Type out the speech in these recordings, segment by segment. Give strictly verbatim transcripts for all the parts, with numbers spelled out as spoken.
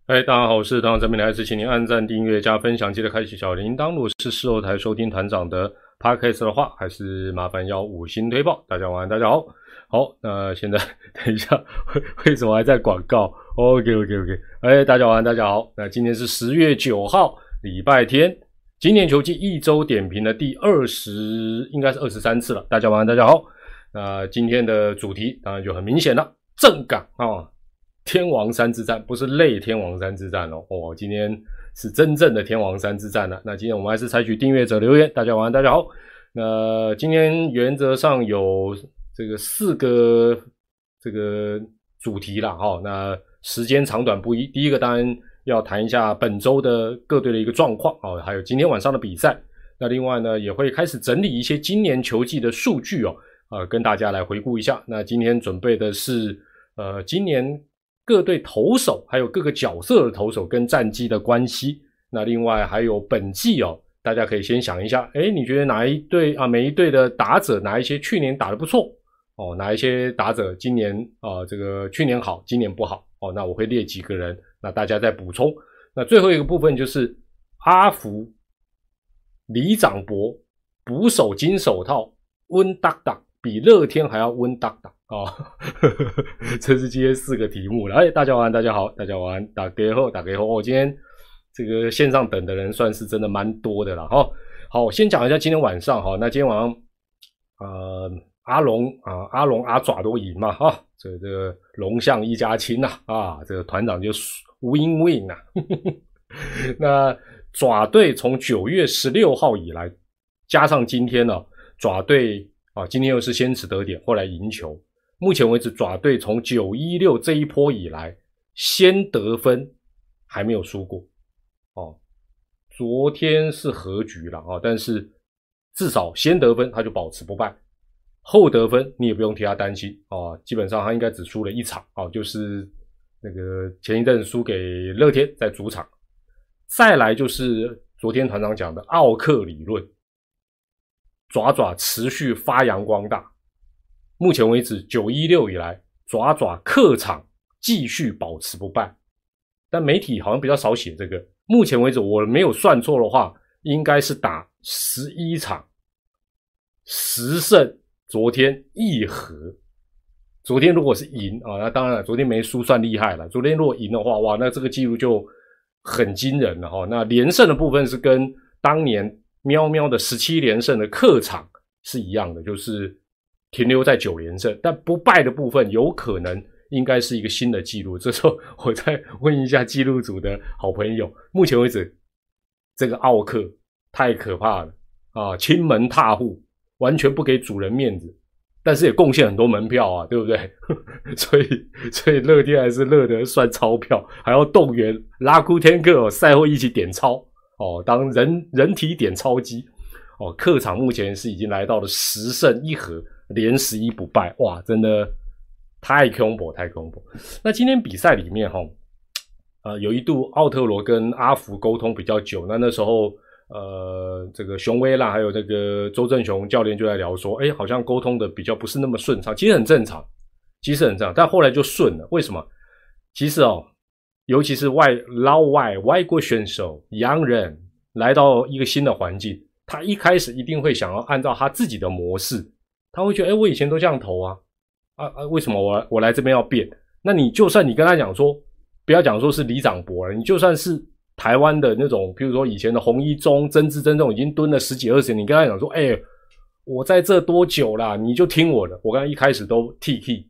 嗨，大家好，我是团长这边来自，请您按赞、订阅、加分享，记得开启小铃铛。如果是事后台收听团长的 podcast 的话，还是麻烦要五星推爆。大家晚安，大家好。好，那现在等一下，为什么还在广告 ？OK OK OK， 哎，大家晚安，大家好。那今天是十月九号，礼拜天，今年球季一周点评的第二十，应该是二十三次了。大家晚安，大家好。那今天的主题当然就很明显了，正港啊。天王山之战，不是类天王山之战哦，哦，今天是真正的天王山之战了。那今天我们还是采取订阅者留言，大家晚安，大家好。那今天原则上有这个四个这个主题啦，哈、哦，那时间长短不一。第一个当然要谈一下本周的各队的一个状况哦，还有今天晚上的比赛。那另外呢，也会开始整理一些今年球季的数据哦，呃，跟大家来回顾一下。那今天准备的是呃，今年各队投手还有各个角色的投手跟战绩的关系，那另外还有本季哦，大家可以先想一下，诶，你觉得哪一队啊，每一队的打者哪一些去年打得不错哦，哪一些打者今年啊、呃、这个去年好，今年不好哦，那我会列几个人，那大家再补充。那最后一个部分就是阿福、李长博、捕手金手套、温达达，比乐天还要温达达。哦，呵呵呵，这是今天四个题目了。哎，大家晚安，大家好，大家晚安，打给后，打给后。我、哦、今天这个线上等的人算是真的蛮多的了哈、哦。好，我先讲一下今天晚上哈、哦。那今天晚上，呃，阿龙啊，阿龙阿爪都赢嘛哈、哦。这个、这个龙象一家亲呐啊，这个团长就 win win 呐。那爪队从九月十六号以来，加上今天呢、哦，爪队啊，今天又是先取得点，后来赢球。目前为止，爪队从九一六这一波以来，先得分还没有输过哦。昨天是和局了啊，但是至少先得分他就保持不败，后得分你也不用替他担心啊。基本上他应该只输了一场啊，就是那个前一阵输给乐天在主场。再来就是昨天团长讲的奥克理论，爪爪持续发扬光大。目前为止九一六以来，爪爪客场继续保持不败，但媒体好像比较少写这个。目前为止我没有算错的话，应该是打十一场十胜，昨天一和。昨天如果是赢啊，那当然了，昨天没输算厉害了。昨天如果赢的话，哇，那这个记录就很惊人了哈。那连胜的部分是跟当年喵喵的十七连胜的客场是一样的，就是停留在九连胜，但不败的部分有可能应该是一个新的纪录。这时候我再问一下纪录组的好朋友，目前为止这个奥克太可怕了啊，亲门踏户，完全不给主人面子，但是也贡献很多门票啊，对不对？所以所以乐天还是乐得算钞票，还要动员拉库天克哦，赛后一起点钞哦，当人人体点钞机哦。客场目前是已经来到了十胜一和，连十一不败，哇，真的太恐怖，太恐怖。那今天比赛里面哈，呃，有一度奥特罗跟阿福沟通比较久，那那时候呃，这个熊威啦，还有这个周正雄教练就在聊说，哎，好像沟通的比较不是那么顺畅，其实很正常，其实很正常，但后来就顺了。为什么？其实哦，尤其是外老外外国选手洋人来到一个新的环境，他一开始一定会想要按照他自己的模式，他会觉得，哎，我以前都这样投啊，啊啊，为什么我我来这边要变？那你就算你跟他讲说，不要讲说是李长博了，你就算是台湾的那种，比如说以前的洪一中、曾志珍这种已经蹲了十几二十年，你跟他讲说，哎、欸，我在这多久啦，你就听我的。我刚才一开始都 T K，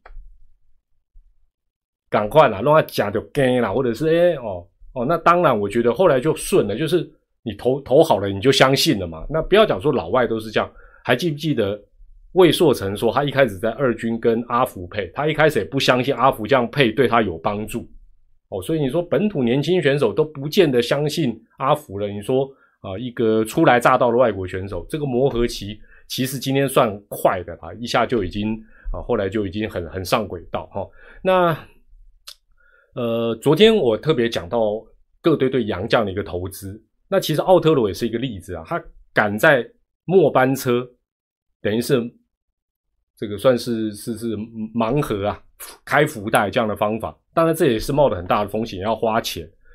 赶快啦，让他讲就跟啦，或者是哎、欸、哦哦，那当然我觉得后来就顺了，就是你投投好了你就相信了嘛。那不要讲说老外都是这样，还记不记得魏硕成说他一开始在二军跟阿福配，他一开始也不相信阿福这样配对他有帮助。哦，所以你说本土年轻选手都不见得相信阿福了，你说啊、呃，一个初来乍到的外国选手，这个磨合期其实今天算快的啦，一下就已经啊，后来就已经很很上轨道哈、哦。那呃，昨天我特别讲到各队对洋将的一个投资，那其实奥特罗也是一个例子啊，他赶在末班车，等于是这个算是是是盲盒啊，开福袋这样的方法。当然这也是冒着很大的风险，要花钱。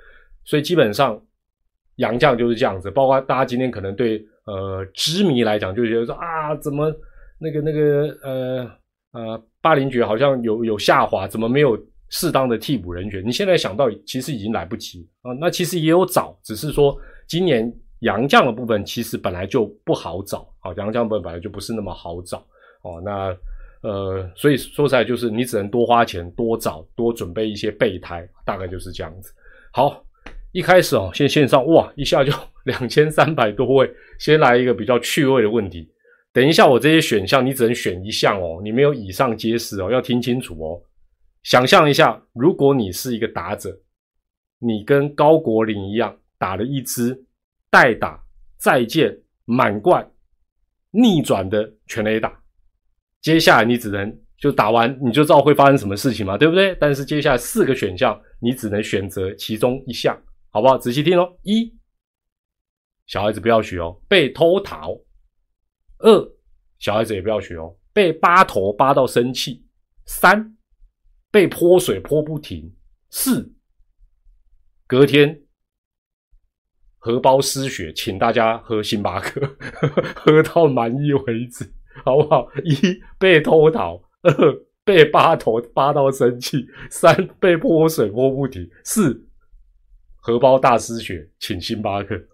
所以基本上洋将就是这样子，包括大家今天可能对呃知迷来讲就觉得说啊，怎么那个那个呃呃霸凌爵好像有有下滑，怎么没有适当的替补人选？你现在想到其实已经来不及啊。那其实也有找，只是说今年洋将的部分其实本来就不好找啊，洋将部分本来就不是那么好找哦。那呃，所以说起来就是你只能多花钱、多找、多准备一些备胎，大概就是这样子。好，一开始哦，先线上哇，一下就两千三百多位。先来一个比较趣味的问题，等一下我这些选项你只能选一项哦，你没有以上皆是哦，要听清楚哦。想象一下，如果你是一个打者，你跟高国林一样打了一支代打再见满贯逆转的全垒打。接下来你只能就打完你就知道会发生什么事情嘛，对不对？但是接下来四个选项你只能选择其中一项，好不好？仔细听哦。一，小孩子不要学哦，被偷桃。二，小孩子也不要学哦，被扒头扒到生气。三，被泼水泼不停。四，隔天荷包失血，请大家喝星巴克喝到满意为止，好不好？一，被偷桃。二，被扒头扒到生气。三，被泼水泼不停。四，荷包大失血，请星巴克。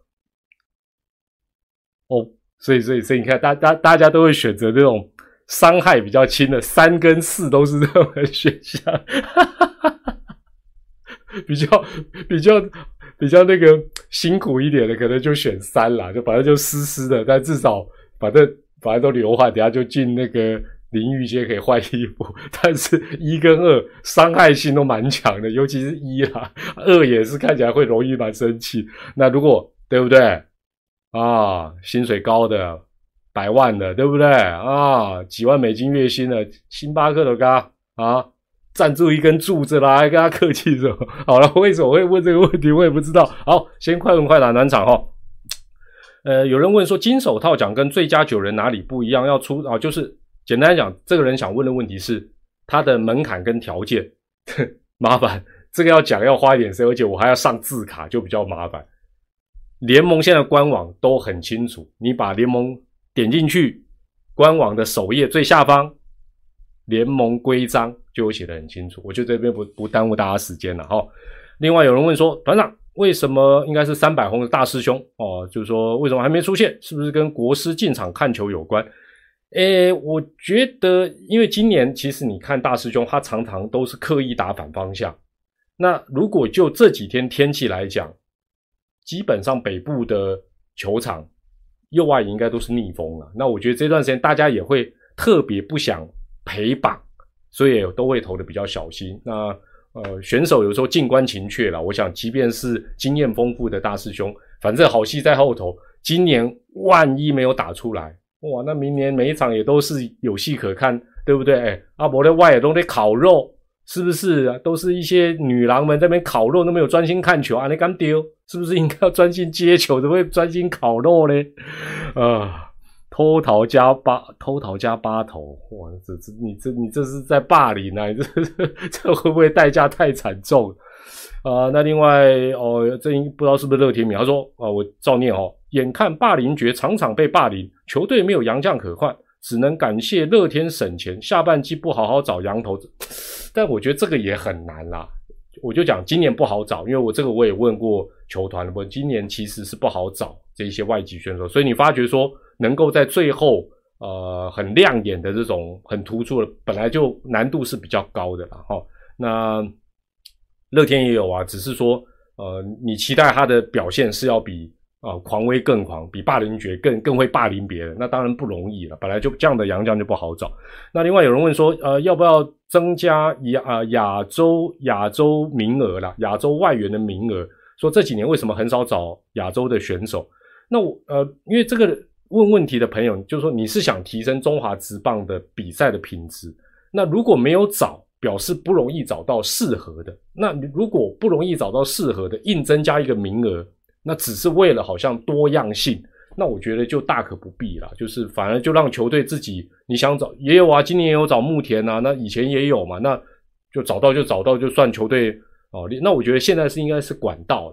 哦，所以所以所以你看，大大大家都会选择这种伤害比较轻的，三跟四都是这种的选项，比较比较比较那个辛苦一点的，可能就选三啦，就反正就湿湿的，但至少反正反正都流汗，等一下就进那个淋浴间可以换衣服。但是一跟二伤害性都蛮强的，尤其是一啦，二也是看起来会容易蛮生气。那如果对不对啊，薪水高的百万的，对不对啊？几万美金月薪的，星巴克的嘎啊，赞助一根柱子啦，还跟他客气什么？好了，为什么会问这个问题，我也不知道。好，先快问快答暖场哈。呃，有人问说金手套奖跟最佳九人哪里不一样？要出啊，就是简单讲，这个人想问的问题是他的门槛跟条件，麻烦这个要讲要花一点时间，而且我还要上字卡，就比较麻烦。联盟现在官网都很清楚，你把联盟点进去，官网的首页最下方，联盟规章就有写得很清楚。我就这边不不耽误大家时间了哈。另外有人问说，团长为什么应该是三百轰的大师兄哦？就是说为什么还没出现？是不是跟国师进场看球有关？诶，我觉得因为今年其实你看大师兄他常常都是刻意打反方向。那如果就这几天天气来讲，基本上北部的球场右外野应该都是逆风了。那我觉得这段时间大家也会特别不想陪绑，所以都会投的比较小心。那呃，选手有时候静观情却啦，我想即便是经验丰富的大师兄，反正好戏在后头，今年万一没有打出来，哇，那明年每一场也都是有戏可看，对不对？哎，阿伯的外野都得烤肉，是不是？都是一些女郎们在那边烤肉，都没有专心看球啊，你敢丢？是不是应该要专心接球，怎么会专心烤肉呢？啊，偷桃加八，偷桃加八头，哇，这这你这你这是在霸凌啊！你这这会不会代价太惨重？啊、呃，那另外哦，这不知道是不是乐天米，他说啊、呃，我照念哦，眼看霸凌爵场场被霸凌，球队没有洋将可换，只能感谢乐天省钱，下半季不好好找洋投，但我觉得这个也很难啦。我就讲今年不好找，因为我这个我也问过球团了，今年其实是不好找这些外籍选手，所以你发觉说能够在最后呃很亮眼的这种很突出的，本来就难度是比较高的啦齁。那乐天也有啊，只是说呃你期待他的表现是要比啊、呃、狂威更狂，比霸凌爵更更会霸凌别人，那当然不容易了，本来就这样的洋将就不好找。那另外有人问说呃要不要增加亚啊亚洲亚洲名额啦，亚洲外援的名额，说这几年为什么很少找亚洲的选手？那我呃因为这个问问题的朋友就是说你是想提升中华职棒的比赛的品质，那如果没有找，表示不容易找到适合的，那如果不容易找到适合的，硬增加一个名额，那只是为了好像多样性，那我觉得就大可不必啦，就是反而就让球队自己，你想找也有啊，今年也有找牧田啊，那以前也有嘛，那就找到就找到就算球队哦，那我觉得现在是应该是管道啦，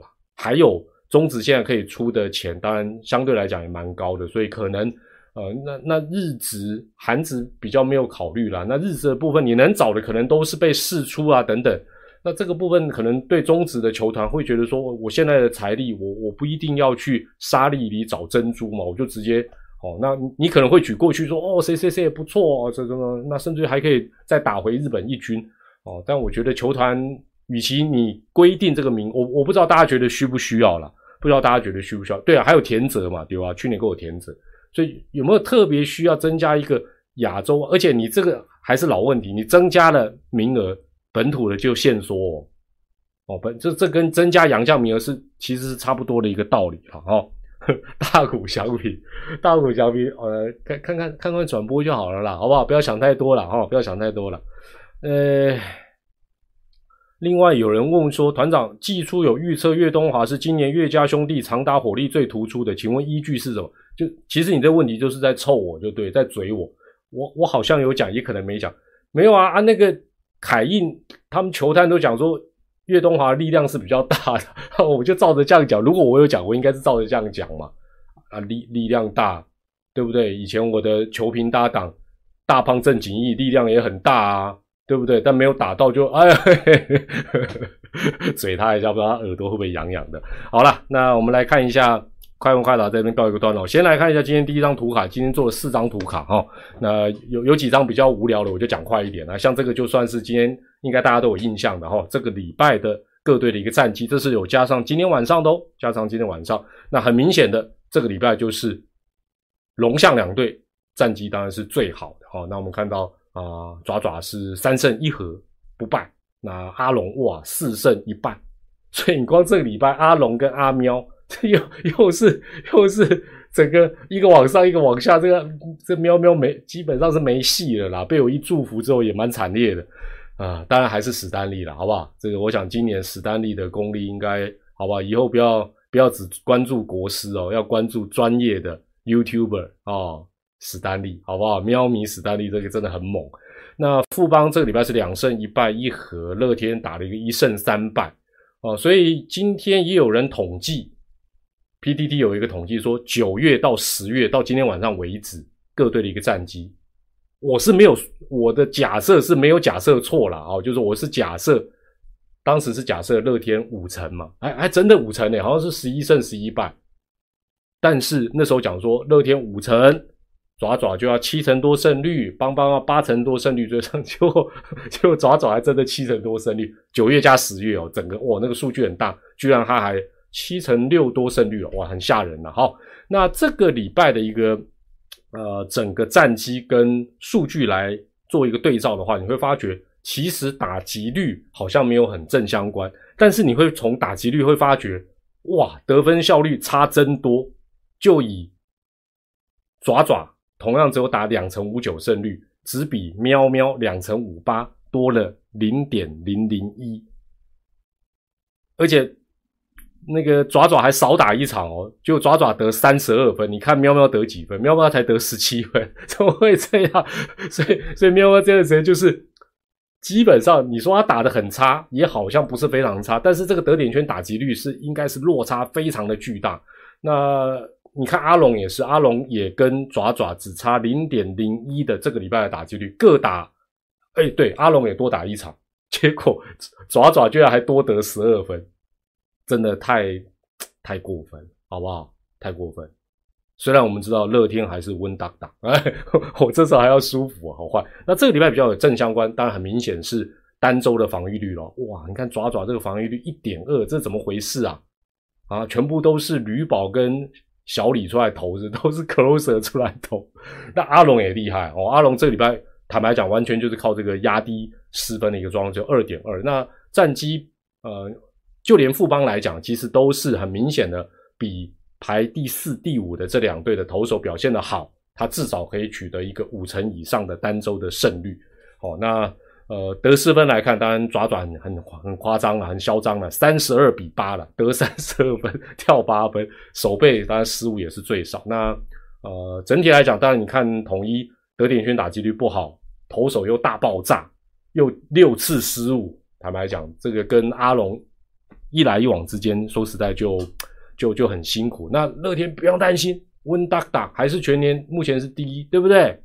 还有中职现在可以出的钱，当然相对来讲也蛮高的，所以可能呃那那日职韩职比较没有考虑啦。那日职的部分你能找的可能都是被释出啊等等。那这个部分可能对中职的球团会觉得说，我现在的财力我我不一定要去沙粒里找珍珠嘛，我就直接哦，那你可能会举过去说哦谁谁谁也不错哦，这这个那甚至还可以再打回日本一军哦。但我觉得球团与其你规定这个名，我我不知道大家觉得需不需要啦，不知道大家觉得需不需要？对啊，还有田泽嘛，对吧？去年给我田泽，所以有没有特别需要增加一个亚洲？而且你这个还是老问题，你增加了名额，本土的就限缩哦，哦本这这跟增加洋将名额是其实是差不多的一个道理了哦。大谷翔平，大谷翔平，呃，看看看看看转播就好了啦，好不好？不要想太多了哈、哦，不要想太多了。呃，另外有人问说，团长季初有预测岳东华是今年岳家兄弟长打火力最突出的，请问依据是什么？就其实你这个问题就是在臭我，就对，在嘴我。我我好像有讲，也可能没讲。没有啊啊，那个凯印他们球探都讲说。岳东华力量是比较大的，我就照着这样讲。如果我有讲，我应该是照着这样讲嘛。啊，力力量大，对不对？以前我的球评搭档大胖郑景义力量也很大啊，对不对？但没有打到就哎，嘿嘿嘿嘴他一下，不知道他耳朵会不会痒痒的。好了，那我们来看一下快问快答这边告一个段落。先来看一下今天第一张图卡，今天做了四张图卡哈。那有有几张比较无聊的，我就讲快一点啊。像这个就算是今天。应该大家都有印象的齁，这个礼拜的各队的一个战绩，这是有加上今天晚上的哦，加上今天晚上，那很明显的这个礼拜就是龙象两队战绩当然是最好的齁。那我们看到啊、呃，爪爪是三胜一和不败，那阿龙哇四胜一败，所以你光这个礼拜阿龙跟阿喵，这又又是又是整个一个往上一个往下，这个这喵喵没基本上是没戏了啦，被我一祝福之后也蛮惨烈的。啊，当然还是史丹利啦，好不好？这个我想今年史丹利的功力应该好不好？以后不要不要只关注国师哦，要关注专业的 YouTuber 哦，史丹利好不好？喵咪史丹利这个真的很猛。那富邦这个礼拜是两胜一败一和，乐天打了一个一胜三败哦，所以今天也有人统计 ，P T T 有一个统计说九月到十月到今天晚上为止各队的一个战绩。我是没有，我的假设是没有假设错啦哦，就是我是假设，当时是假设乐天五成嘛，还还真的五成诶，好像是十一胜十一败，但是那时候讲说乐天五成，爪爪就要七成多胜率，邦邦要八成多胜率追上，结果结果爪爪还真的七成多胜率，九月加十月哦，整个哇那个数据很大，居然他还七成六多胜率哦，哇很吓人了。好，那这个礼拜的一个。呃，整个战绩跟数据来做一个对照的话，你会发觉其实打击率好像没有很正相关，但是你会从打击率会发觉，哇，得分效率差真多。就以爪爪同样只有打两成五九胜率，只比喵喵两成五八多了 零点零零一， 而且。那个爪爪还少打一场哦，就爪爪得三十二分，你看喵喵得几分？喵喵才得十七分，怎么会这样？所以，所以喵喵这段时间就是基本上你说他打得很差，也好像不是非常差，但是这个得点圈打击率是应该是落差非常的巨大。那你看阿龙也是，阿龙也跟爪爪只差 零点零一 的这个礼拜的打击率，各打，哎，对，阿龙也多打一场，结果爪爪居然还多得十二分。真的太太过分，好不好？太过分。虽然我们知道乐天还是温当当，哎，我这时候还要舒服，好坏。那这个礼拜比较有正相关，当然很明显是单周的防御率咯。哇，你看爪爪这个防御率 一点二， 这怎么回事啊？啊，全部都是吕宝跟小李出来投的，都是 closer 出来投。那阿龙也厉害哦，阿龙这个礼拜坦白讲，完全就是靠这个压低失分的一个状况，就 二点二。那战绩呃。就连富邦来讲，其实都是很明显的比排第四、第五的这两队的投手表现的好，他至少可以取得一个五成以上的单周的胜率。哦，那呃得失分来看，当然爪爪很很很夸张了，很嚣张了，三十二比八了，得三十二分，跳八分，守备当然失误也是最少。那呃整体来讲，当然你看统一得点圈打击率不好，投手又大爆炸，又六次失误，坦白讲，这个跟阿龙。 一来一往之间，说实在就就就很辛苦。那乐天不用担心，温达达还是全年目前是第一，对不对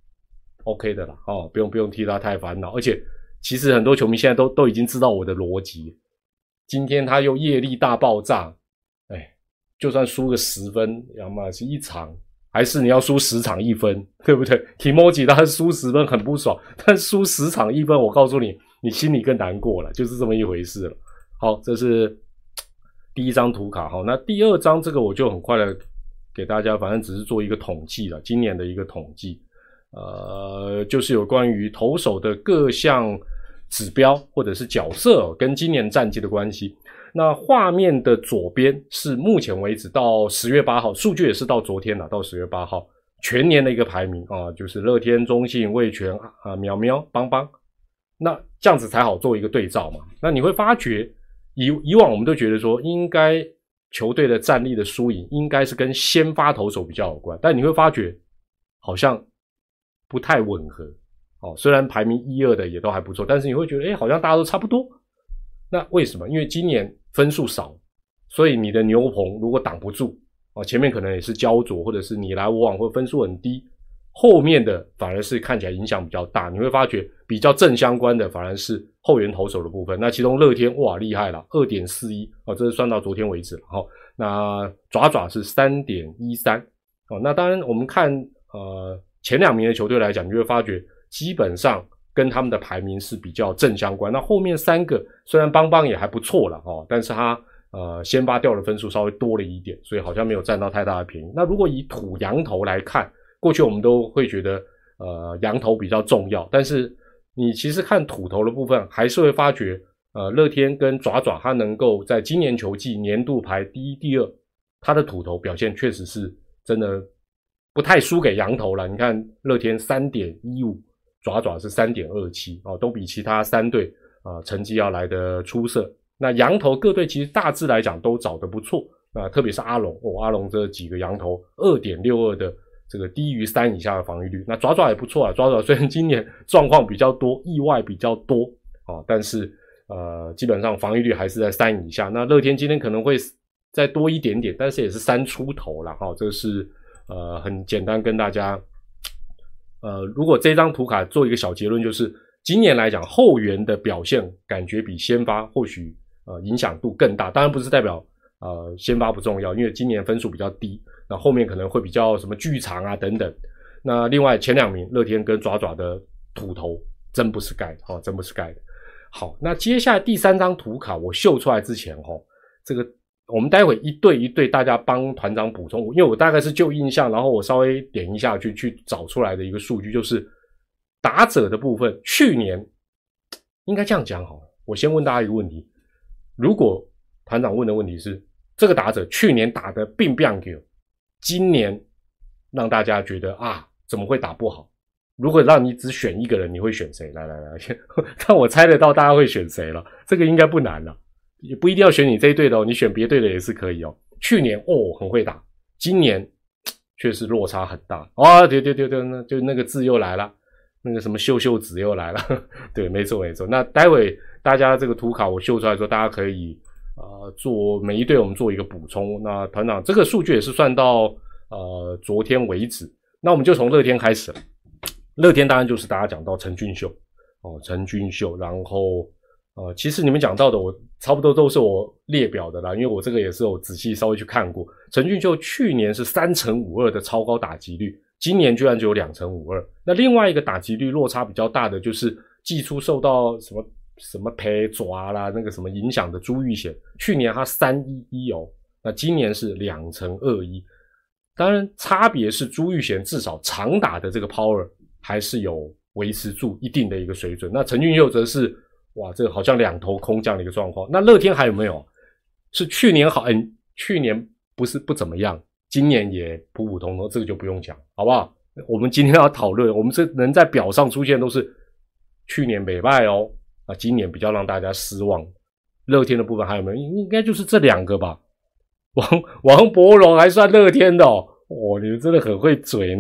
？OK 的啦，哦，不用不用替他太烦恼。而且其实很多球迷现在都都已经知道我的逻辑，今天他又业力大爆炸，哎，就算输个十分，要么是一场。还是你要输十场一分，对不对 ？Kimoji 他输十分很不爽，但输十场一分，我告诉你，你心里更难过了，就是这么一回事了。好，这是第一张图卡。好，那第二张这个我就很快的给大家，反正只是做一个统计了，今年的一个统计，呃，就是有关于投手的各项指标或者是角色跟今年战绩的关系。那画面的左边是目前为止到十月八号，数据也是到昨天了，到十月八号全年的一个排名啊，就是乐天、中信、味全啊、喵喵、邦邦，那这样子才好做一个对照嘛。那你会发觉，以以往我们都觉得说，应该球队的战力的输赢应该是跟先发投手比较有关，但你会发觉好像不太吻合。哦，虽然排名一二的也都还不错，但是你会觉得，哎，好像大家都差不多。那为什么？因为今年分数少，所以你的牛棚如果挡不住啊，前面可能也是焦灼，或者是你来我往，或者分数很低，后面的反而是看起来影响比较大。你会发觉比较正相关的反而是后援投手的部分。那其中乐天哇厉害了 二点四一 啊，这是算到昨天为止了。好，那爪爪是 三点一三 哦。那当然我们看呃前两名的球队来讲，你会发觉基本上跟他们的排名是比较正相关。那后面三个虽然邦邦也还不错了哦，但是他呃先发掉的分数稍微多了一点，所以好像没有占到太大的便宜。那如果以土洋投来看，过去我们都会觉得呃洋投比较重要，但是你其实看土投的部分，还是会发觉呃乐天跟爪爪他能够在今年球季年度排第一、第二，他的土投表现确实是真的不太输给洋投了。你看乐天 三点一五。爪爪是 三点二七 哦，都比其他三队啊、呃、成绩要来得出色。那洋投各队其实大致来讲都找得不错啊，特别是阿龙哦，阿龙这几个洋投 二点六二 的这个低于三以下的防御率。那爪爪也不错啊，爪爪虽然今年状况比较多，意外比较多啊，但是呃基本上防御率还是在三以下。那乐天今天可能会再多一点点，但是也是三出头啦哈、哦，这是呃很简单跟大家。呃，如果这张图卡做一个小结论，就是今年来讲，后援的表现感觉比先发或许呃影响度更大。当然不是代表呃先发不重要，因为今年分数比较低，那后面可能会比较什么剧场啊等等。那另外前两名乐天跟爪爪的土头真不是盖的哦，真不是盖的。好，那接下来第三张图卡我秀出来之前哦，这个。我们待会一对一对大家帮团长补充，因为我大概是就印象，然后我稍微点一下去去找出来的一个数据，就是打者的部分，去年应该这样讲好了。我先问大家一个问题：如果团长问的问题是这个打者去年打的并不好，今年让大家觉得啊怎么会打不好？如果让你只选一个人，你会选谁？来来来，看我猜得到大家会选谁了，这个应该不难了。也不一定要选你这一队的哦，你选别队的也是可以哦。去年哦很会打，今年却是落差很大哦。对对对对，那就那个字又来了，那个什么秀秀子又来了。对，没错没错。那待会大家这个图卡我秀出来的时候，大家可以呃做每一队我们做一个补充。那团长这个数据也是算到呃昨天为止。那我们就从乐天开始了。乐天当然就是大家讲到陈俊秀哦，陈俊秀，然后。呃，其实你们讲到的，我差不多都是我列表的啦，因为我这个也是有仔细稍微去看过。陈俊秀去年是三成五二的超高打击率，今年居然只有两成五二。那另外一个打击率落差比较大的，就是季初受到什么什么陪抓啦，那个什么影响的朱玉贤，去年他三一一哦，那今年是两成二一。当然，差别是朱玉贤至少长打的这个 power 还是有维持住一定的一个水准。那陈俊秀则是。哇，这个好像两头空这样的一个状况。那乐天还有没有？是去年好，嗯，去年不是不怎么样，今年也普普通通，这个就不用讲，好不好？我们今天要讨论，我们这能在表上出现都是去年美败哦，啊，今年比较让大家失望。乐天的部分还有没有？应该就是这两个吧。王王柏荣还算乐天的哦，哦，你们真的很会嘴呢。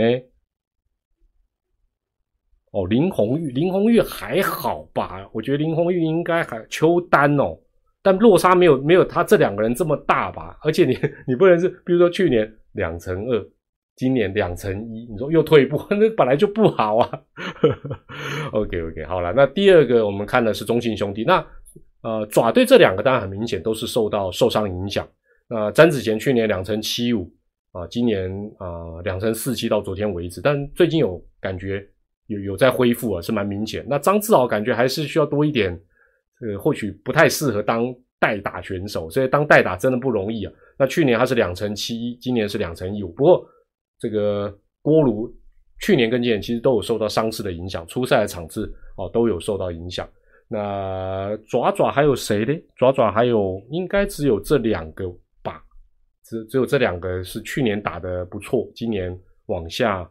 哦，林红玉，林红玉还好吧？我觉得林红玉应该还邱丹哦， 但落差没有没有他这两个人这么大吧？而且你你不能是，比如说去年两成二，今年两成一，你说又退步，那本来就不好啊。OK OK， 好了，那第二个我们看的是中信兄弟，那呃爪队这两个当然很明显都是受到受伤影响。那詹子贤去年两成七五啊，今年啊两成四七到昨天为止，但最近有感觉有有在恢复啊，是蛮明显。那张志豪感觉还是需要多一点，呃，或许不太适合当代打选手，所以当代打真的不容易啊。那去年他是两成七一，今年是两成一五，不过这个郭卢去年跟今年其实都有受到伤势的影响，出赛的场次哦都有受到影响。那爪爪还有谁呢？爪爪还有应该只有这两个吧，只只有这两个是去年打得不错，今年往下。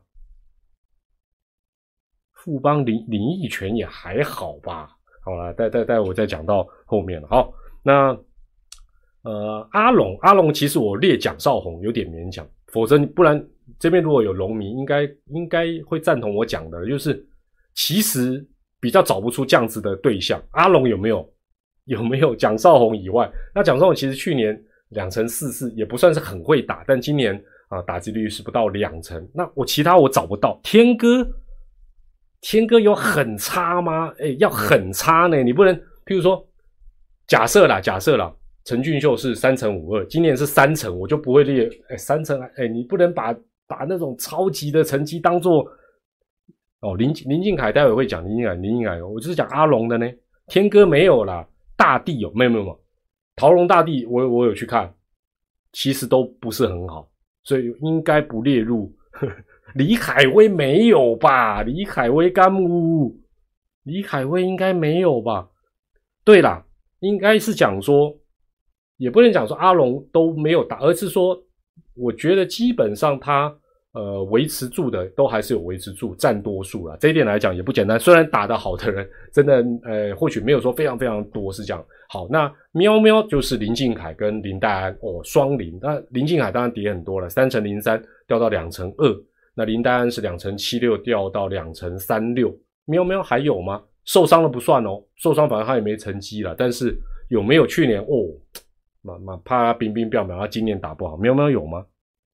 富邦林林奕泉也还好吧，好了，待待待我再讲到后面了。好，那呃阿龙阿龙其实我列蒋少红有点勉强，否则不然这边如果有龙迷应该应该会赞同我讲的，就是其实比较找不出这样子的对象。阿龙有没有有没有蒋少红以外，那蒋少红其实去年两成四四也不算是很会打，但今年啊打击率是不到两成。那我其他我找不到，天哥。天哥有很差吗？诶，要很差呢，你不能，譬如说，假设啦，假设啦，陈俊秀是三成五二，今年是三成，我就不会列，诶，三成，诶，你不能把把那种超级的成绩当做，哦，林林敬凯待会会讲林敬凯，林敬凯，我就是讲阿龙的呢，天哥没有啦，大地有，没有没有没有，桃龙大地我我有去看，其实都不是很好，所以应该不列入。呵呵李海威没有吧？李海威干乌，李海威应该没有吧？对啦，应该是讲说，也不能讲说阿龙都没有打，而是说，我觉得基本上他呃维持住的都还是有维持住，占多数啦。这一点来讲也不简单。虽然打得好的人真的呃或许没有说非常非常多是这样。好，那喵喵就是林敬凯跟林岱安哦双林，那林敬凯当然跌很多了，三成零三掉到两成二。那林岱安是两成七六掉到两成三六，喵喵还有吗？受伤了不算哦，受伤反正他也没成绩了，但是有没有去年哦？妈妈怕他冰冰表表，他今年打不好，喵喵有吗？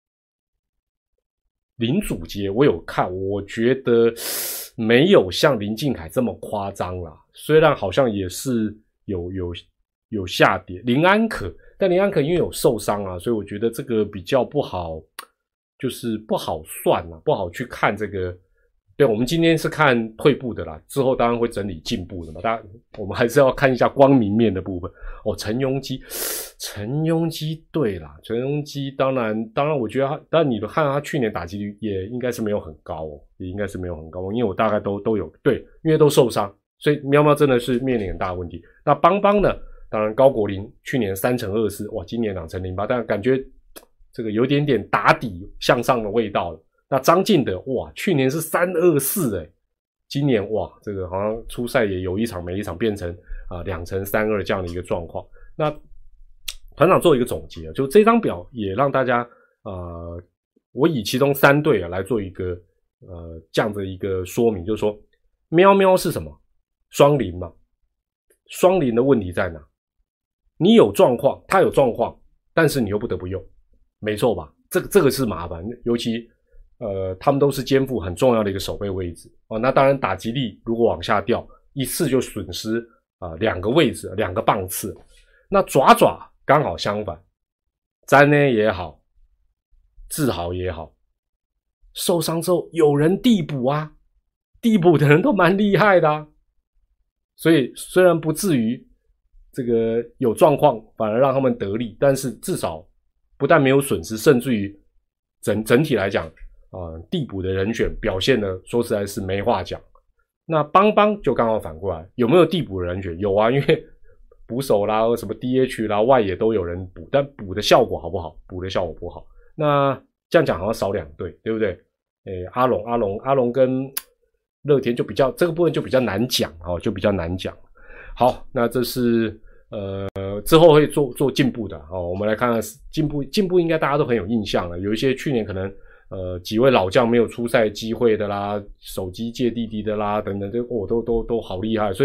林祖杰我有看，我觉得没有像林敬凯这么夸张啦，虽然好像也是有有有下跌。林安可，但林安可因为有受伤啊，所以我觉得这个比较不好。就是不好算啦，不好去看这个。对，我们今天是看退步的啦，之后当然会整理进步的嘛。大家，我们还是要看一下光明面的部分。哦，陈庸基，陈庸基，对啦，陈庸基当然，当然，我觉得他，但你看他去年打击率也应该是没有很高哦，也应该是没有很高，因为我大概都都有对，因为都受伤，所以喵喵真的是面临很大的问题。那邦邦呢？当然高国林去年三成二四，哇，今年两成零八，但感觉。这个有点点打底向上的味道了。那张进德哇，去年是三二四诶，今年哇，这个好像出赛也有一场没一场，变成啊两成三二这样的一个状况。那团长做一个总结，就这张表也让大家呃，我以其中三队啊来做一个呃这样的一个说明，就是说喵喵是什么？双零嘛，双零的问题在哪？你有状况，他有状况，但是你又不得不用。没错吧？这个这个是麻烦，尤其呃，他们都是肩负很重要的一个守备位置哦。那当然，打击力如果往下掉，一次就损失啊、呃、两个位置，两个棒次。那爪爪刚好相反，詹呢也好，志豪也好，受伤之后有人递补啊，递补的人都蛮厉害的啊。所以虽然不至于这个有状况，反而让他们得利，但是至少。不但没有损失，甚至于整整体来讲，啊、呃，递补的人选表现呢，说实在是没话讲。那邦邦就刚好反过来，有没有递补的人选？有啊，因为捕手啦、什么 D H 啦、外野都有人补，但补的效果好不好？补的效果不好。那这样讲好像少两队，对不对？诶，阿龙、阿龙、阿龙跟乐天就比较这个部分就比较难讲哦，就比较难讲。好，那这是。呃，之后会做做进步的哦。我们来看看进步，进步应该大家都很有印象了。有一些去年可能呃几位老将没有出赛机会的啦，手机借弟弟的啦等等，这哦都都都好厉害。所以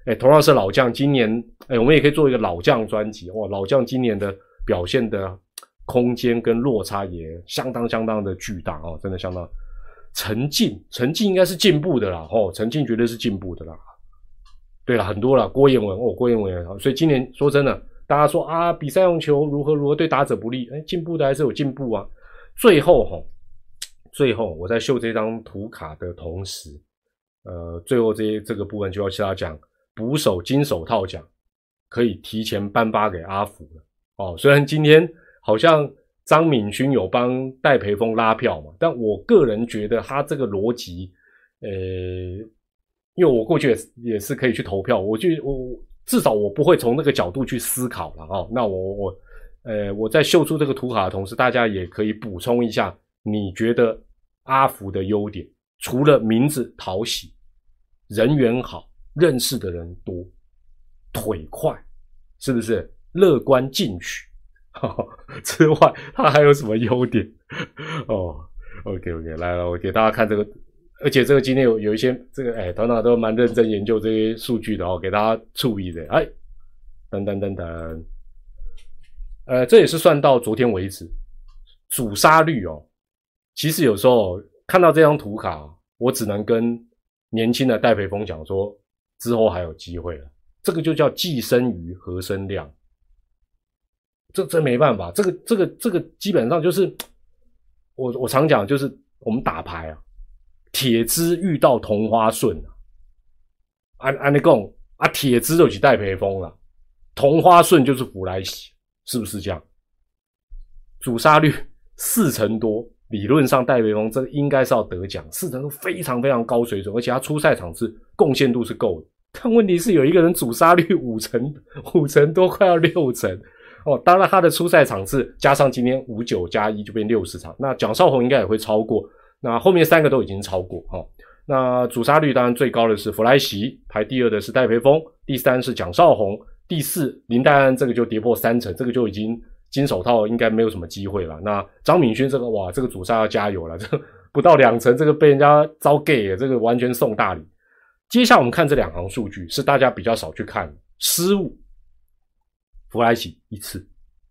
哎，同样是老将，今年哎，我们也可以做一个老将专辑。哇，老将今年的表现的空间跟落差也相当相当的巨大哦，真的相当。陈进，陈进应该是进步的啦，哦，陈进绝对是进步的啦。对了，很多了，郭彦文哦，郭彦文也好，所以今年说真的，大家说啊，比赛用球如何如何对打者不利，哎，进步的还是有进步啊。最后哈、哦，最后我在秀这张图卡的同时，呃，最后这这个部分就要向他讲，捕手金手套奖可以提前颁发给阿福了哦。虽然今天好像张敏勋有帮戴培峰拉票嘛，但我个人觉得他这个逻辑，呃。因为我过去也是也是可以去投票，我就我至少我不会从那个角度去思考了哦。那我我呃我在秀出这个图卡的同时，大家也可以补充一下，你觉得阿福的优点，除了名字讨喜、人缘好、认识的人多、腿快，是不是乐观进取之外，他还有什么优点？哦 ，OK OK， 来了，我给大家看这个。而且这个今天有有一些这个哎，团长都蛮认真研究这些数据的哦，给大家注意的。哎，等等等等，呃，这也是算到昨天为止，主杀率哦。其实有时候看到这张图卡，我只能跟年轻的戴培峰讲说，之后还有机会了。这个就叫寄生于合生量，这这没办法，这个这个这个基本上就是我我常讲，就是我们打牌啊。铁枝遇到同花顺啊，按按你讲啊，铁枝就是戴培峰啦，同花顺就是弗莱喜，是不是这样？主杀率四成多，理论上戴培峰这应该是要得奖，四成多非常非常高水准，而且他出赛场次贡献度是够的。但问题是有一个人主杀率五成五成多，快要六成哦。当然他的出赛场次加上今天五九加一就变六十场，那蒋少红应该也会超过。那后面三个都已经超过齁。那主杀率当然最高的是弗莱西，排第二的是戴培峰，第三是蒋少红，第四林岱安，这个就跌破三成，这个就已经金手套应该没有什么机会了。那张敏勋这个哇，这个主杀要加油了，这个不到两成，这个被人家遭 gay 了，这个完全送大礼。接下来我们看这两行数据是大家比较少去看的，失误，弗莱西一次，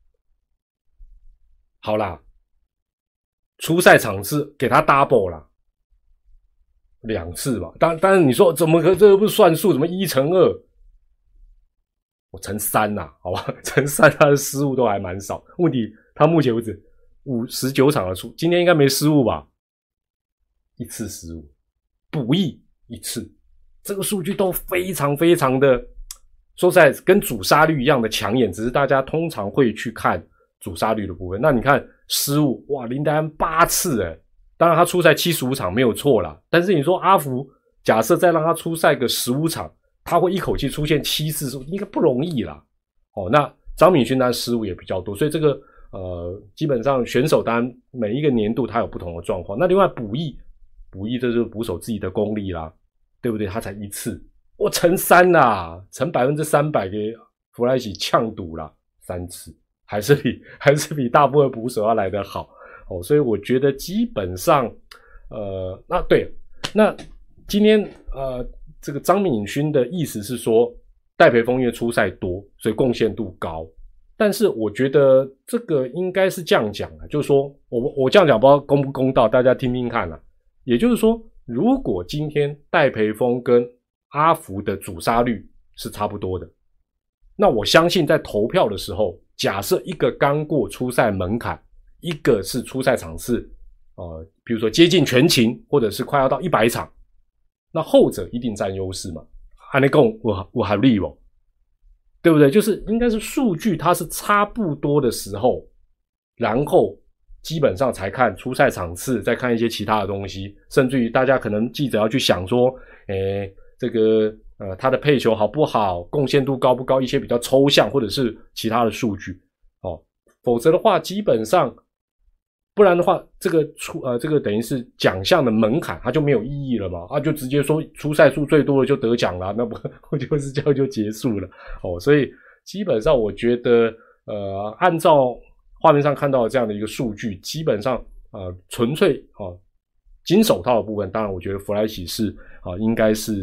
好啦。出赛场次给他 double 啦，两次吧。当当然你说怎么可这个不是算数？怎么一乘二？我乘三呐，好吧，乘三他的失误都还蛮少。问题他目前为止五十九场的出，今天应该没失误吧？一次失误，补益一次，这个数据都非常非常的，说实在跟主杀率一样的抢眼，只是大家通常会去看主杀率的部分。那你看。失误哇，林岱安八次诶，当然他出赛七十五场没有错啦，但是你说阿福假设再让他出赛个十五场，他会一口气出现七次失误，应该不容易啦。哦，那张敏勋当然失误也比较多，所以这个呃基本上选手当然每一个年度他有不同的状况。那另外补益，补益这就是捕手自己的功力啦，对不对？他才一次，我乘三啦，乘百分之三百给弗莱喜呛赌啦，三次。还是比还是比大部分捕手要来得好哦，所以我觉得基本上，呃，那对，那今天呃，这个张敏勋的意思是说，戴培峰因为出赛多，所以贡献度高，但是我觉得这个应该是这样讲啊，就是说我我这样讲不知道公不公道，大家听听看啊。也就是说，如果今天戴培峰跟阿福的主杀率是差不多的，那我相信在投票的时候。假设一个刚过出赛门槛，一个是出赛场次，呃，比如说接近全勤，或者是快要到一百场，那后者一定占优势嘛？还能够我我还利哦，对不对？就是应该是数据它是差不多的时候，然后基本上才看出赛场次，再看一些其他的东西，甚至于大家可能记者要去想说，诶，这个。呃，他的配球好不好，贡献度高不高，一些比较抽象或者是其他的数据哦，否则的话，基本上，不然的话，这个出呃，这个等于是奖项的门槛，它就没有意义了嘛，啊，就直接说出赛数最多的就得奖了，那不我就是这样就结束了哦，所以基本上我觉得，呃，按照画面上看到的这样的一个数据，基本上呃，纯粹啊、哦，金手套的部分，当然我觉得弗莱喜是啊、呃，应该是。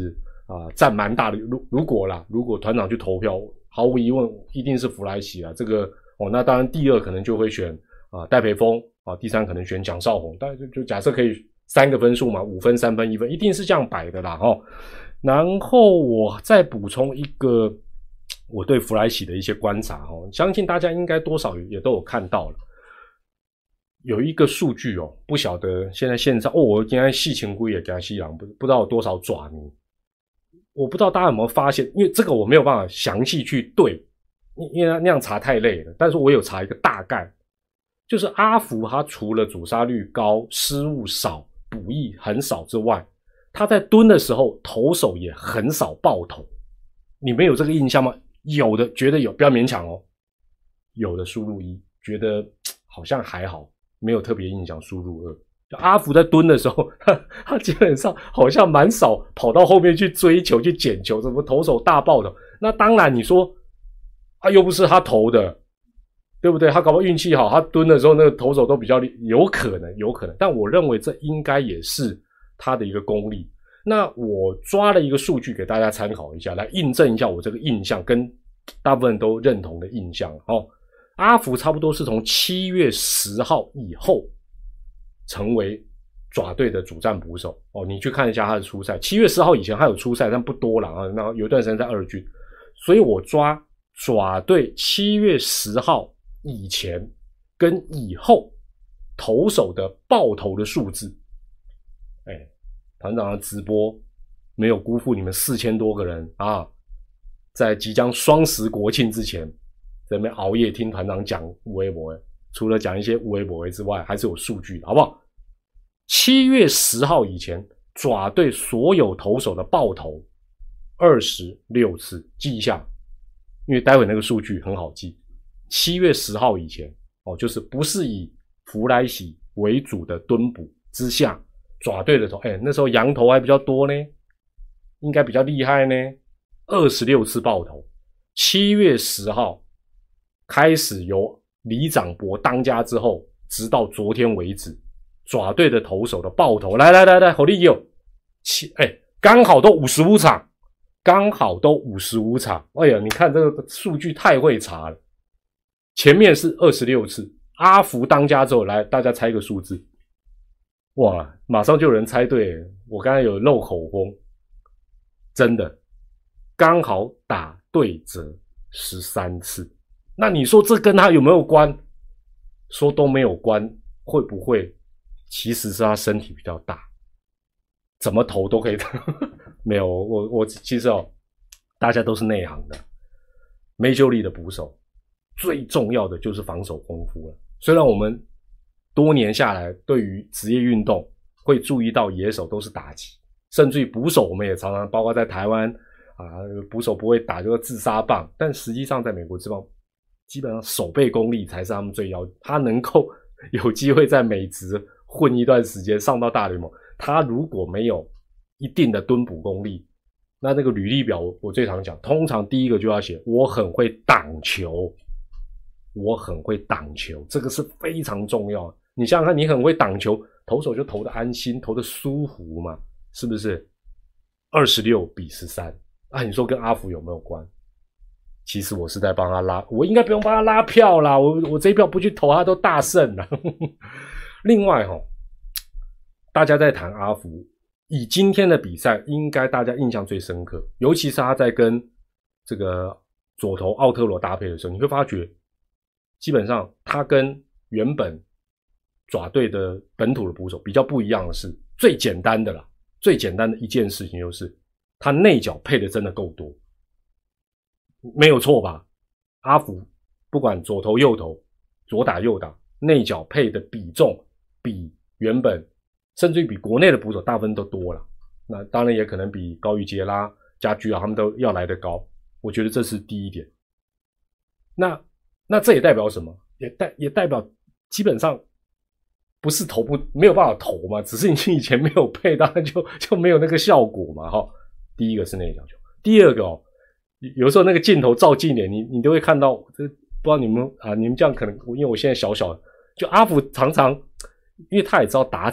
啊占蛮大的。如如果啦，如果团长去投票，毫无疑问一定是弗莱喜啦。这个哦，那当然第二可能就会选啊戴培峰啊，第三可能选蒋少红，大概就就假设可以三个分数嘛，五分、三分、一分，一定是这样摆的啦哦。然后我再补充一个我对弗莱喜的一些观察哦，相信大家应该多少也都有看到了。有一个数据哦，不晓得现在现在哦，我今天细情龟也给他细狼，不不知道有多少爪迷，我不知道大家有没有发现，因为这个我没有办法详细去对，因为那样查太累了。但是我有查一个大概，就是阿福他除了阻杀率高、失误少、补益很少之外，他在蹲的时候投手也很少爆头。你们有这个印象吗？有的觉得有，不要勉强哦。有的输入一，觉得好像还好。没有特别印象，输入二。就阿福在蹲的时候，他他基本上好像蛮少跑到后面去追球、去捡球，什么投手大爆头。那当然，你说啊，又不是他投的，对不对？他搞不好运气好，他蹲的时候那个投手都比较有可能，有可能。但我认为这应该也是他的一个功力。那我抓了一个数据给大家参考一下，来印证一下我这个印象跟大部分人都认同的印象哦。阿福差不多是从七月十号以后成为爪队的主战捕手哦。你去看一下他的出赛，七月十号以前他有出赛，但不多了啊。然后有一段时间在二军，所以我抓爪队七月十号以前跟以后投手的爆头的数字。哎，团长的直播没有辜负你们四千多个人啊，在即将双十国庆之前。在那边熬夜听团长讲有的没的，除了讲一些有的没的之外，还是有数据的，好不好？七月十号以前，爪队所有投手的爆头二十六次，记一下，因为待会那个数据很好记。七月十号以前，哦，就是不是以弗莱喜为主的蹲捕之下，爪队的头，哎，那时候洋头还比较多呢，应该比较厉害呢，二十六次爆头。七月十号。开始由李长博当家之后，直到昨天为止，爪队的投手的爆头，来来来来，好利友，七哎，刚好都五十五场，刚好都五十五场。哎呀，你看这个数据太会查了。前面是二十六次，阿福当家之后，来大家猜一个数字。哇，马上就有人猜对了，我刚才有漏口风，真的，刚好打对折十三次。那你说这跟他有没有关？说都没有关，会不会其实是他身体比较大，怎么投都可以投？没有，我我其实哦，大家都是内行的。Major League的捕手最重要的就是防守功夫了。虽然我们多年下来对于职业运动会注意到野手都是打击，甚至于捕手我们也常常包括在台湾啊，捕手不会打这个自杀棒，但实际上在美国职棒。基本上守备功力才是他们最要，他能够有机会在美职混一段时间上到大联盟，他如果没有一定的蹲捕功力，那那个履历表我最常讲，通常第一个就要写我很会挡球，我很会挡球，这个是非常重要。你想想看，你很会挡球，投手就投得安心，投得舒服嘛，是不是？二十六比十三啊，你说跟阿福有没有关？其实我是在帮他拉，我应该不用帮他拉票啦，我我这一票不去投他都大胜了。另外齁，大家在谈阿福，以今天的比赛，应该大家印象最深刻，尤其是他在跟这个左投奥特罗搭配的时候，你会发觉，基本上他跟原本爪队的本土的捕手比较不一样的是，最简单的啦，最简单的一件事情就是他内角配的真的够多。没有错吧？阿福不管左投右投，左打右打，内角配的比重比原本甚至于比国内的捕手大部分都多了。那当然也可能比高于杰拉、家居啊他们都要来得高。我觉得这是第一点。那那这也代表什么？也代也代表基本上不是投不没有办法投嘛，只是你以前没有配，当然就就没有那个效果嘛。哈，第一个是内角球，第二个哦。有时候那个镜头照近点，你你都会看到，这不知道你们啊，你们这样可能，因为我现在小小的，就阿福常常，因为他也知道打者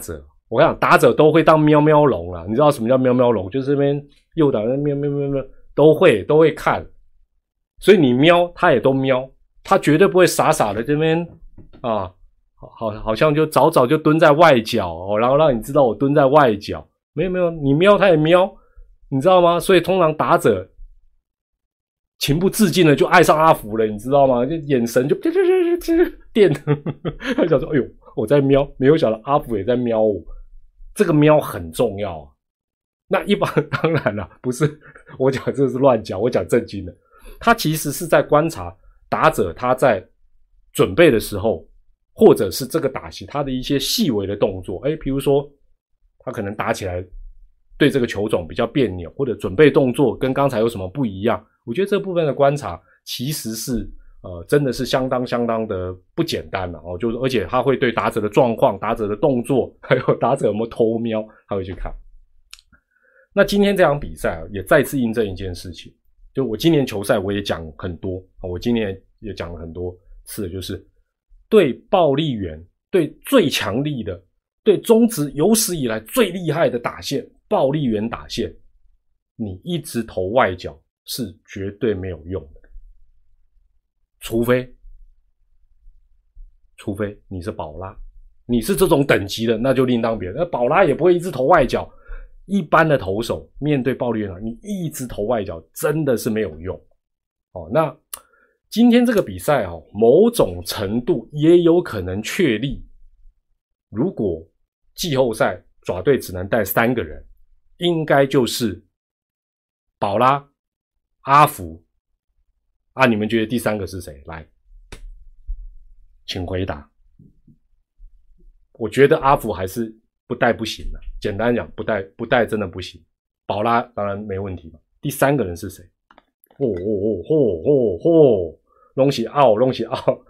我跟你讲，打者都会当喵喵龙啦，你知道什么叫喵喵龙？就是这边右打那喵喵喵喵都会都会看，所以你喵他也都喵，他绝对不会傻傻的这边啊，好好像就早早就蹲在外角哦，然后让你知道我蹲在外角，没有没有，你喵他也喵，你知道吗？所以通常打者情不自禁的就爱上阿福了，你知道吗？就眼神就电，他想说，哎呦，我在喵，没有想到阿福也在喵我。这个喵很重要啊。那一般当然了，不是我讲这是乱讲，我讲正经的。他其实是在观察打者他在准备的时候，或者是这个打席他的一些细微的动作。诶，比如说他可能打起来对这个球种比较别扭，或者准备动作跟刚才有什么不一样。我觉得这部分的观察其实是呃，真的是相当相当的不简单了哦，就是而且他会对打者的状况、打者的动作，还有打者有没有偷瞄，他会去看。那今天这场比赛啊，也再次印证一件事情，就我今年球赛我也讲很多，我今年也讲了很多次，就是对暴力员，对最强力的，对中职有史以来最厉害的打线，暴力员打线，你一直投外角是绝对没有用的。除非除非你是宝拉，你是这种等级的，那就另当别论。那宝拉也不会一直投外角，一般的投手面对暴力员，你一直投外角真的是没有用。哦，那今天这个比赛哦，某种程度也有可能确立，如果季后赛爪队只能带三个人，应该就是宝拉、阿福。啊，你们觉得第三个是谁？来，请回答。我觉得阿福还是不带不行的。简单讲，不带不带真的不行。宝拉当然没问题嘛。第三个人是谁？哦哦哦哦哦哦，拢是奥，拢是奥。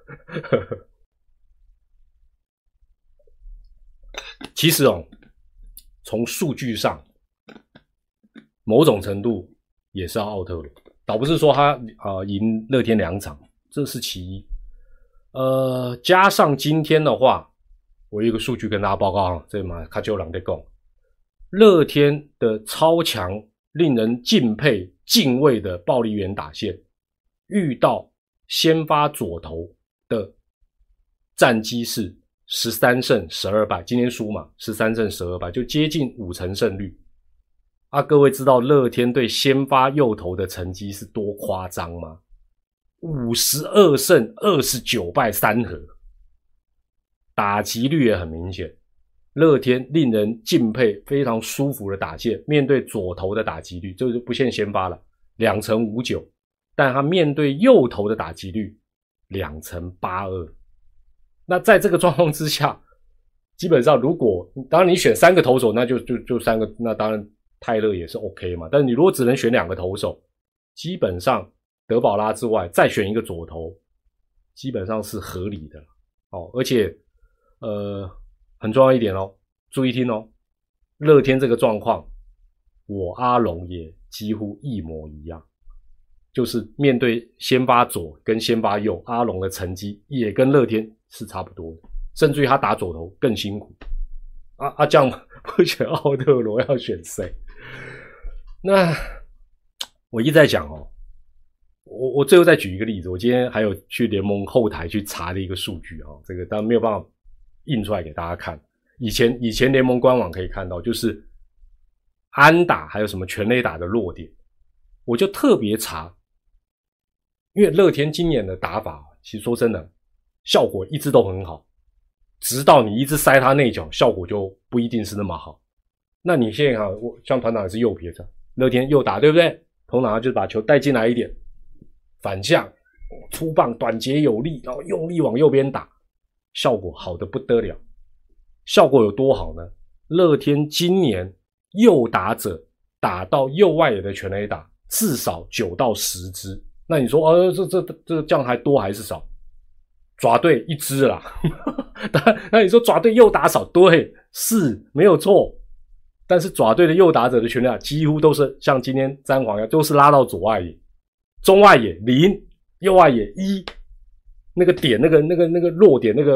其实哦，从数据上，某种程度也是要奥特罗。倒不是说他呃赢乐天两场，这是其一。呃，加上今天的话，我有一个数据跟大家报告啊，这嘛卡丘朗在讲，乐天的超强、令人敬佩、敬畏的暴力员打线，遇到先发左投的战绩是十三胜十二败，今天输嘛，十三胜十二败，就接近五成胜率。啊，各位知道乐天队先发右投的成绩是多夸张吗？五十二胜二十九败三和，打击率也很明显。乐天令人敬佩，非常舒服的打线，面对左投的打击率，这就不限先发了，两成五九，但他面对右投的打击率两成八二。那在这个状况之下，基本上如果当然你选三个投手，那就就就三个，那当然。泰勒也是 OK 嘛，但是你如果只能选两个投手，基本上德保拉之外再选一个左投，基本上是合理的哦。而且呃很重要一点哦，注意听哦，乐天这个状况，我阿龙也几乎一模一样，就是面对先发左跟先发右，阿龙的成绩也跟乐天是差不多的，甚至于他打左投更辛苦。啊啊，这样不选奥特罗要选谁？那我一直在讲哦，我我最后再举一个例子，我今天还有去联盟后台去查的一个数据啊、哦，这个当然没有办法印出来给大家看。以前以前联盟官网可以看到，就是安打还有什么全垒打的落点，我就特别查，因为乐天今年的打法，其实说真的，效果一直都很好，直到你一直塞他内角，效果就不一定是那么好。那你现在看，我像团长也是右撇子，乐天右打对不对？通常就是把球带进来一点，反向出棒短捷有力，然后用力往右边打，效果好得不得了。效果有多好呢？乐天今年右打者打到右外野的全垒打至少九到十支。那你说哦，这这这这样还多还是少？爪队一支啦。那你说爪队右打少，对，是没有错。但是爪队的右打者的全垒打几乎都是像今天詹皇一样，都是拉到左外野，中外野零，右外野一，那个点那个那个那个落点那个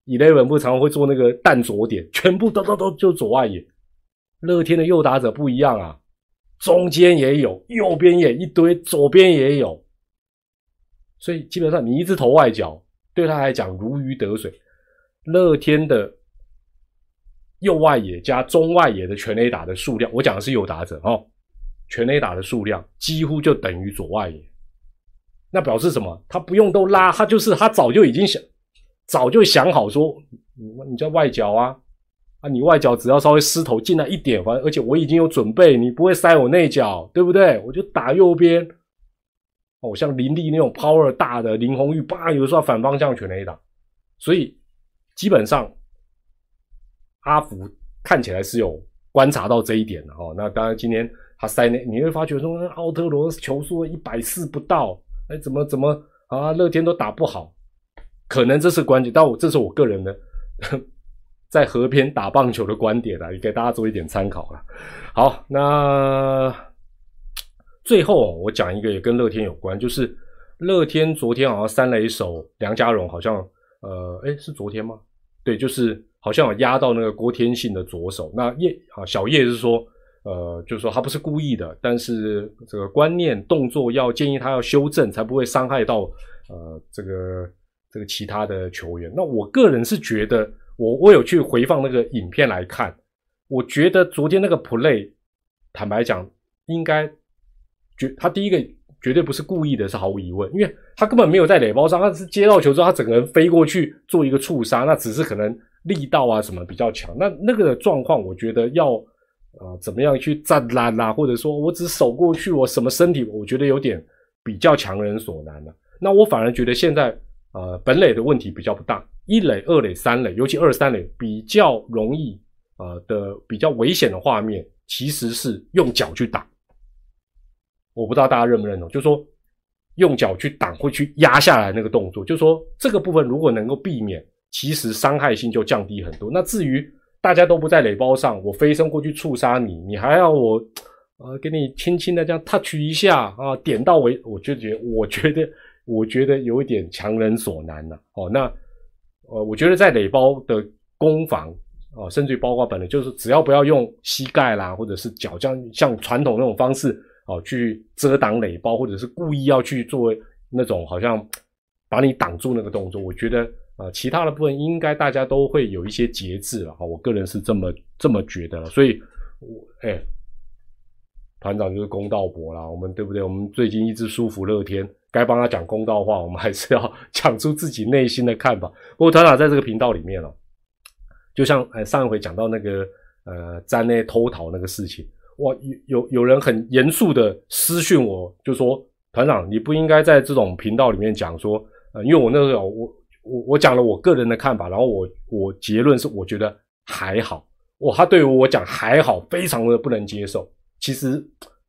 十一 不常常会做那个弹左点，全部都都都就左外野。乐天的右打者不一样啊，中间也有，右边也一堆，左边也有，所以基本上你一直投外角，对他来讲如鱼得水。乐天的右外野加中外野的全垒打的数量，我讲的是右打者哦，全垒打的数量几乎就等于左外野。那表示什么？他不用都拉，他就是他早就已经想，早就想好说，你在外角啊，啊，你外角只要稍微失头进来一点，反正而且我已经有准备，你不会塞我内角，对不对？我就打右边。哦，像林立那种 power 大的林红玉，叭，有的时候反方向全垒打，所以基本上阿福看起来是有观察到这一点的哦。那当然今天他塞内，你会发觉说奥特罗球速一百四不到。哎，怎么怎么啊？乐天都打不好，可能这是关键，但我这是我个人的在河边打棒球的观点啦，也给大家做一点参考啦。好，那最后我讲一个也跟乐天有关，就是乐天昨天好像三垒手梁家荣好像呃，哎是昨天吗？对，就是好像有压到那个郭天信的左手。那叶啊小叶是说。呃，就是说他不是故意的，但是这个观念动作要建议他要修正，才不会伤害到呃这个这个其他的球员。那我个人是觉得，我我有去回放那个影片来看，我觉得昨天那个 play， 坦白讲，应该绝他第一个绝对不是故意的，是毫无疑问，因为他根本没有在垒包上，他是接到球之后，他整个人飞过去做一个触杀，那只是可能力道啊什么比较强，那那个状况，我觉得要。呃，怎么样去站拦啦、啊，或者说我只守过去，我什么身体，我觉得有点比较强人所难了、啊。那我反而觉得现在呃本垒的问题比较不大，一垒、二垒、三垒，尤其二三垒比较容易呃的比较危险的画面，其实是用脚去挡。我不知道大家认不认同，就是说用脚去挡会去压下来那个动作，就是说这个部分如果能够避免，其实伤害性就降低很多。那至于大家都不在垒包上，我飞身过去触杀你，你还要我呃给你轻轻的这样 touch 一下啊，点到为，我就觉得我觉得我觉得有一点强人所难了、啊、哦。那呃我觉得在垒包的攻防啊，甚至于包括本来就是只要不要用膝盖啦，或者是脚这样像传统那种方式哦、啊、去遮挡垒包，或者是故意要去做那种好像把你挡住那个动作，我觉得。呃，其他的部分应该大家都会有一些节制了哈，我个人是这么这么觉得，所以，我哎，团长就是公道伯啦，我们对不对？我们最近一直舒服乐天，该帮他讲公道话，我们还是要讲出自己内心的看法。不过团长在这个频道里面哦，就像呃上一回讲到那个呃詹内偷逃那个事情，哇，有有人很严肃的私讯我，就说团长你不应该在这种频道里面讲说，呃，因为我那时候我。我我讲了我个人的看法，然后我我结论是我觉得还好，哇，他对我讲还好，非常的不能接受。其实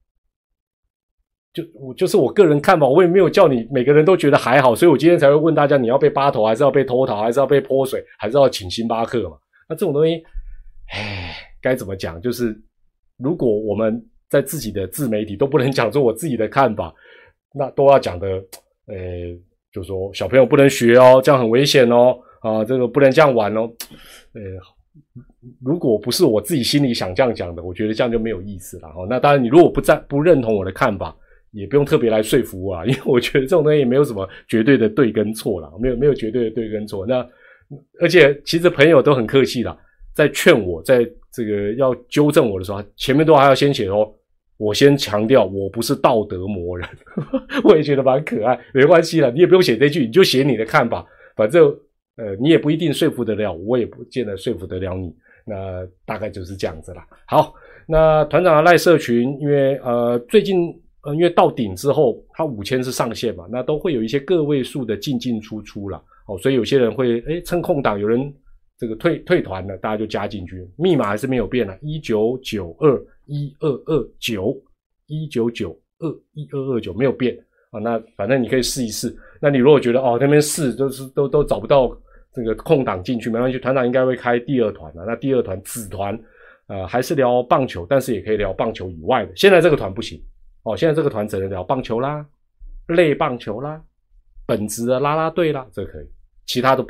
就我就是我个人看法，我也没有叫你每个人都觉得还好，所以我今天才会问大家，你要被扒头，还是要被偷逃，还是要被泼水，还是要请星巴克嘛？那这种东西，唉，该怎么讲？就是如果我们在自己的自媒体都不能讲出我自己的看法，那都要讲的，呃。就说小朋友不能学哦，这样很危险哦，啊，这个不能这样玩哦。呃，如果不是我自己心里想这样讲的，我觉得这样就没有意思了哈。那当然，你如果不赞不认同我的看法，也不用特别来说服我啊，因为我觉得这种东西也没有什么绝对的对跟错啦，没有没有绝对的对跟错。那而且其实朋友都很客气啦，在劝我，在这个要纠正我的时候，前面都还要先写哦。我先强调，我不是道德魔人，我也觉得蛮可爱，没关系啦，你也不用写这句，你就写你的看法，反正呃你也不一定说服得了，我也不见得说服得了你，那大概就是这样子啦。好，那团长的赖社群，因为呃最近呃因为到顶之后，它五千是上限嘛，那都会有一些个位数的进进出出啦，哦，所以有些人会诶趁空档，有人这个退退团了，大家就加进去，密码还是没有变啦，一九九二一二二九一九九二一二二九没有变啊，那反正你可以试一试。那你如果觉得哦那边试都是都都找不到这个空档进去，没关系，团长应该会开第二团啊。那第二团子团呃还是聊棒球，但是也可以聊棒球以外的。现在这个团不行哦，现在这个团只能聊棒球啦、类棒球啦、本职的啦啦队啦，这个可以，其他都不能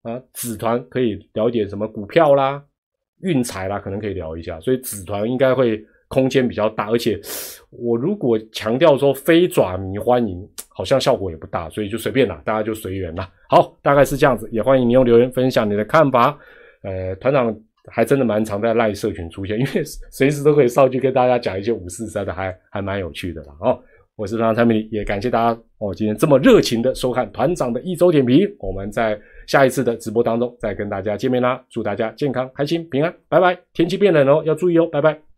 啊，子团可以聊一点什么股票啦、运财啦，可能可以聊一下，所以子团应该会空间比较大，而且我如果强调说非爪迷欢迎，好像效果也不大，所以就随便啦，大家就随缘啦。好，大概是这样子，也欢迎你用留言分享你的看法。呃，团长还真的蛮常在赖社群出现，因为随时都可以上去跟大家讲一些五四三的，还还蛮有趣的啦。哦，我是团长蔡明，也感谢大家哦，今天这么热情的收看团长的一周点评，我们在下一次的直播当中再跟大家见面啦，祝大家健康、开心、平安，拜拜。天气变冷哦，要注意哦，拜拜。